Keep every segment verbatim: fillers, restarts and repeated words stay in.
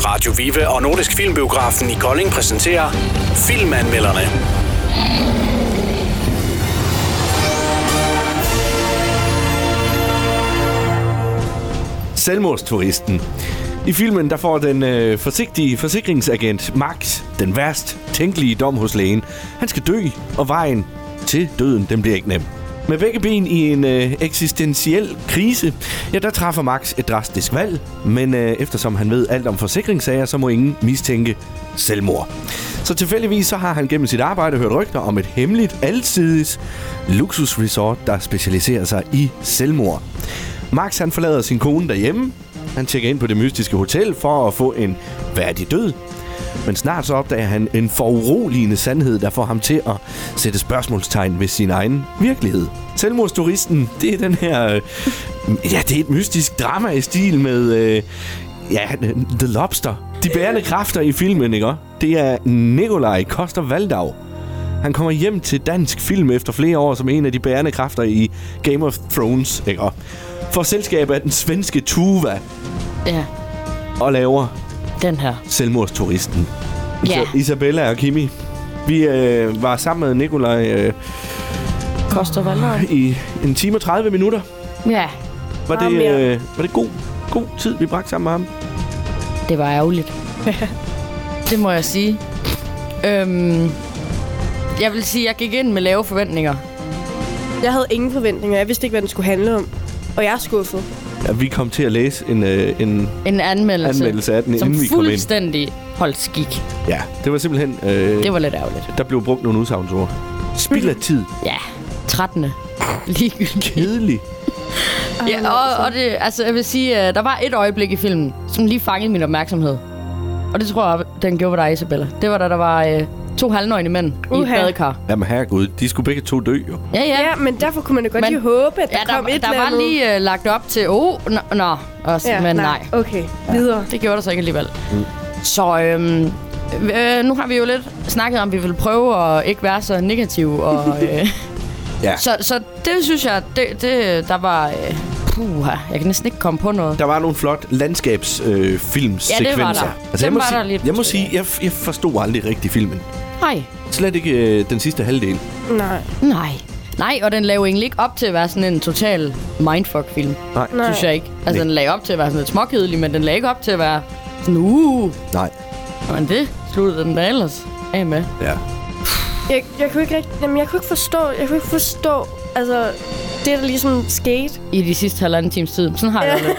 Radio Vive og Nordisk Filmbiografen i Kolding præsenterer Filmanmelderne. Selvmordsturisten. I filmen der får den øh, forsigtige forsikringsagent Max den værst tænkelige dom hos lægen. Han skal dø, og vejen til døden den bliver ikke nem. Med begge ben i en øh, eksistentiel krise, ja, der træffer Max et drastisk valg. Men øh, eftersom han ved alt om forsikringssager, så må ingen mistænke selvmord. Så tilfældigvis så har han gennem sit arbejde hørt rygter om et hemmeligt, alsidigt luksusresort, der specialiserer sig i selvmord. Max han forlader sin kone derhjemme. Han tjekker ind på det mystiske hotel for at få en værdig død. Men snart så opdager han en foruroligende sandhed, der får ham til at sætte spørgsmålstegn ved sin egen virkelighed. Selvmordsturisten, det er den her... Øh, ja, det er et mystisk drama i stil med... Øh, ja, The Lobster. De bærende kræfter i filmen, ikke? Det er Nikolaj Coster-Waldau. Han kommer hjem til dansk film efter flere år som en af de bærende kræfter i Game of Thrones, ikke? For selskab af den svenske Tuva. Ja. Og laver den her Selvmordsturisten. Isa- ja. Isabella og Kimi. Vi øh, var sammen med Nikolaj øh, Coster-Waldau i en time og tredive minutter. Ja. Var det, øh, var det god, god tid, vi bragte sammen med ham? Det var ærgerligt. Det må jeg sige. Øhm, jeg vil sige, jeg gik ind med lave forventninger. Jeg havde ingen forventninger. Jeg vidste ikke, hvad den skulle handle om. Og jeg er skuffet. Ja, vi kom til at læse en, øh, en, en anmeldelse, anmeldelse af den, som inden vi kom ind. fuldstændig holdt skik. Ja, det var simpelthen... Øh, det var lidt ærgerligt. Der blev brugt nogle udsagnsord. Spild af tid. Ja, trettende Ligegyldigt. Kedelig. Ja, og, og det, altså, jeg vil sige, uh, der var et øjeblik i filmen, som lige fangede min opmærksomhed. Og det tror jeg, den gjorde for dig, Isabella. Det var da der var uh, to halvnøgne mænd uh-huh. i et badekar. Jamen herregud, de skulle begge to dø, jo. Ja, ja. Ja, men derfor kunne man da godt men, lige håbe, at der, ja, kom der et der eller var lige uh, lagt op til, åh, oh, nå, nå også, ja, men nej. nej. Okay, ja. Videre. Det gjorde der så ikke alligevel. Mm. Så øhm, øh, nu har vi jo lidt snakket om, at vi vil prøve at ikke være så negative. Og, øh, ja. så, så det synes jeg, det, det der var... Øh, puha, jeg kan næsten ikke komme på noget. Der var nogle flot landskabsfilmsekvenser. Øh, ja, det var der. Altså, jeg må, var si- der lidt. jeg må sige, jeg, jeg forstod aldrig rigtig filmen. Nej. Slet ikke øh, den sidste halvdel. Nej. Nej. Nej, og den lavede egentlig ikke op til at være sådan en total mindfuck-film. Nej. Synes jeg ikke. Altså, Nej. Den lagde op til at være sådan lidt småkedelig, men den lagde ikke op til at være sådan, uh. Nej. Men det sluttede den da ellers af med. Ja. Jeg, jeg kunne ikke rigtig... Jamen, jeg kunne ikke forstå... Jeg kunne ikke forstå... Altså... Det, der ligesom skete. I de sidste halvanden times tid. Sådan har jeg det.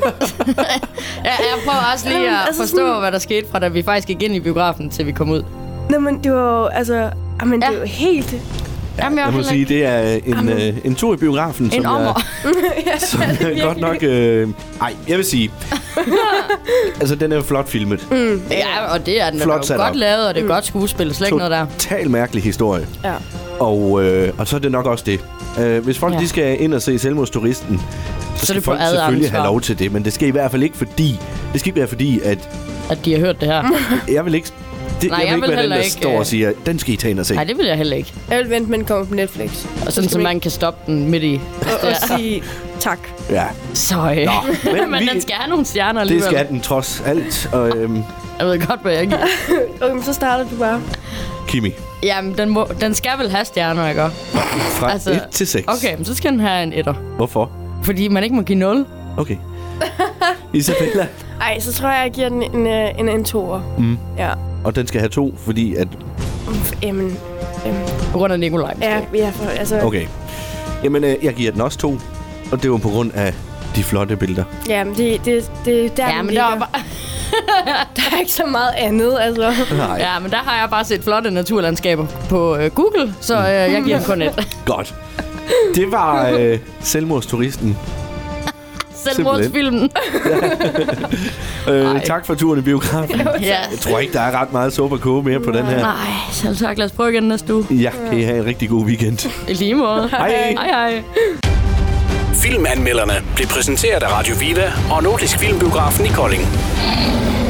ja, jeg prøver også lige at altså forstå, sådan... hvad der skete fra da vi faktisk gik ind i biografen, til vi kom ud. Nå, men det var jo... Altså... Jamen, ja. Det er jo helt... Ja, Jamen, jeg, jeg må sige, ikke... det er en, øh, en tur i biografen, en som ommer. jeg, som jeg godt nok... Øh, ej, jeg vil sige... altså, den er jo flot filmet. Mm. Ja, og det er den. Flot, den er jo godt lavet, og det er mm. godt skuespil. Slet ikke noget der. Total mærkelig historie. Ja. Og, øh, og så er det nok også det. Uh, hvis folk ja. de skal ind og se Selvmordsturisten, så, så skal folk selvfølgelig have lov til det. Men det skal i hvert fald ikke fordi... Det skal ikke være fordi, at... At de har hørt det her. jeg vil ikke... Det, Nej, jeg vil jeg ikke vil være den, der ikke, står og siger, den skal I tage ind og se. Nej, det vil jeg heller ikke. Jeg vil vente, men kommer på Netflix. Og sådan, så, så man kan stoppe den midt i. Og, og sige tak. Ja. Så, øh. Nå, men, men vi, den skal have nogle stjerner alligevel. Det skal den trods alt. Og, øhm, jeg ved godt, hvad jeg giver. Okay, men så starter du bare. Kimi. Jamen, den, må, den skal vel have stjerner, ikke? Fra altså, et til seks. Okay, men så skal den have en etter. Hvorfor? Fordi man ikke må give nul. Okay. Isabella? Ej, så tror jeg, jeg giver den en, en, en, en toer. Mm. Ja. Og den skal have to, fordi at... Jamen... Jamen. På grund af Nikolaj, måske. Ja, ja for, altså... Okay. Jamen, øh, jeg giver den også to. Og det var på grund af de flotte billeder. Jamen, det, det, det der ja, men der, bare... der er ikke så meget andet, altså. Nej. Ja, men der har jeg bare set flotte naturlandskaber på øh, Google, så øh, jeg giver den kun et. Godt. Det var øh, Selvmordsturisten. Selvmordsfilmen. øh, tak for turen i biografen. Ja. Jeg tror ikke, der er ret meget suppe at koge mere på den her. Nej, selv tak. Lad os prøve igen næste uge. Ja, kan I have en rigtig god weekend. I lige måde. Hej. Hej, hej. Filmanmelderne blev præsenteret af Radio Vive og Nordisk Filmbiografen i Kolding.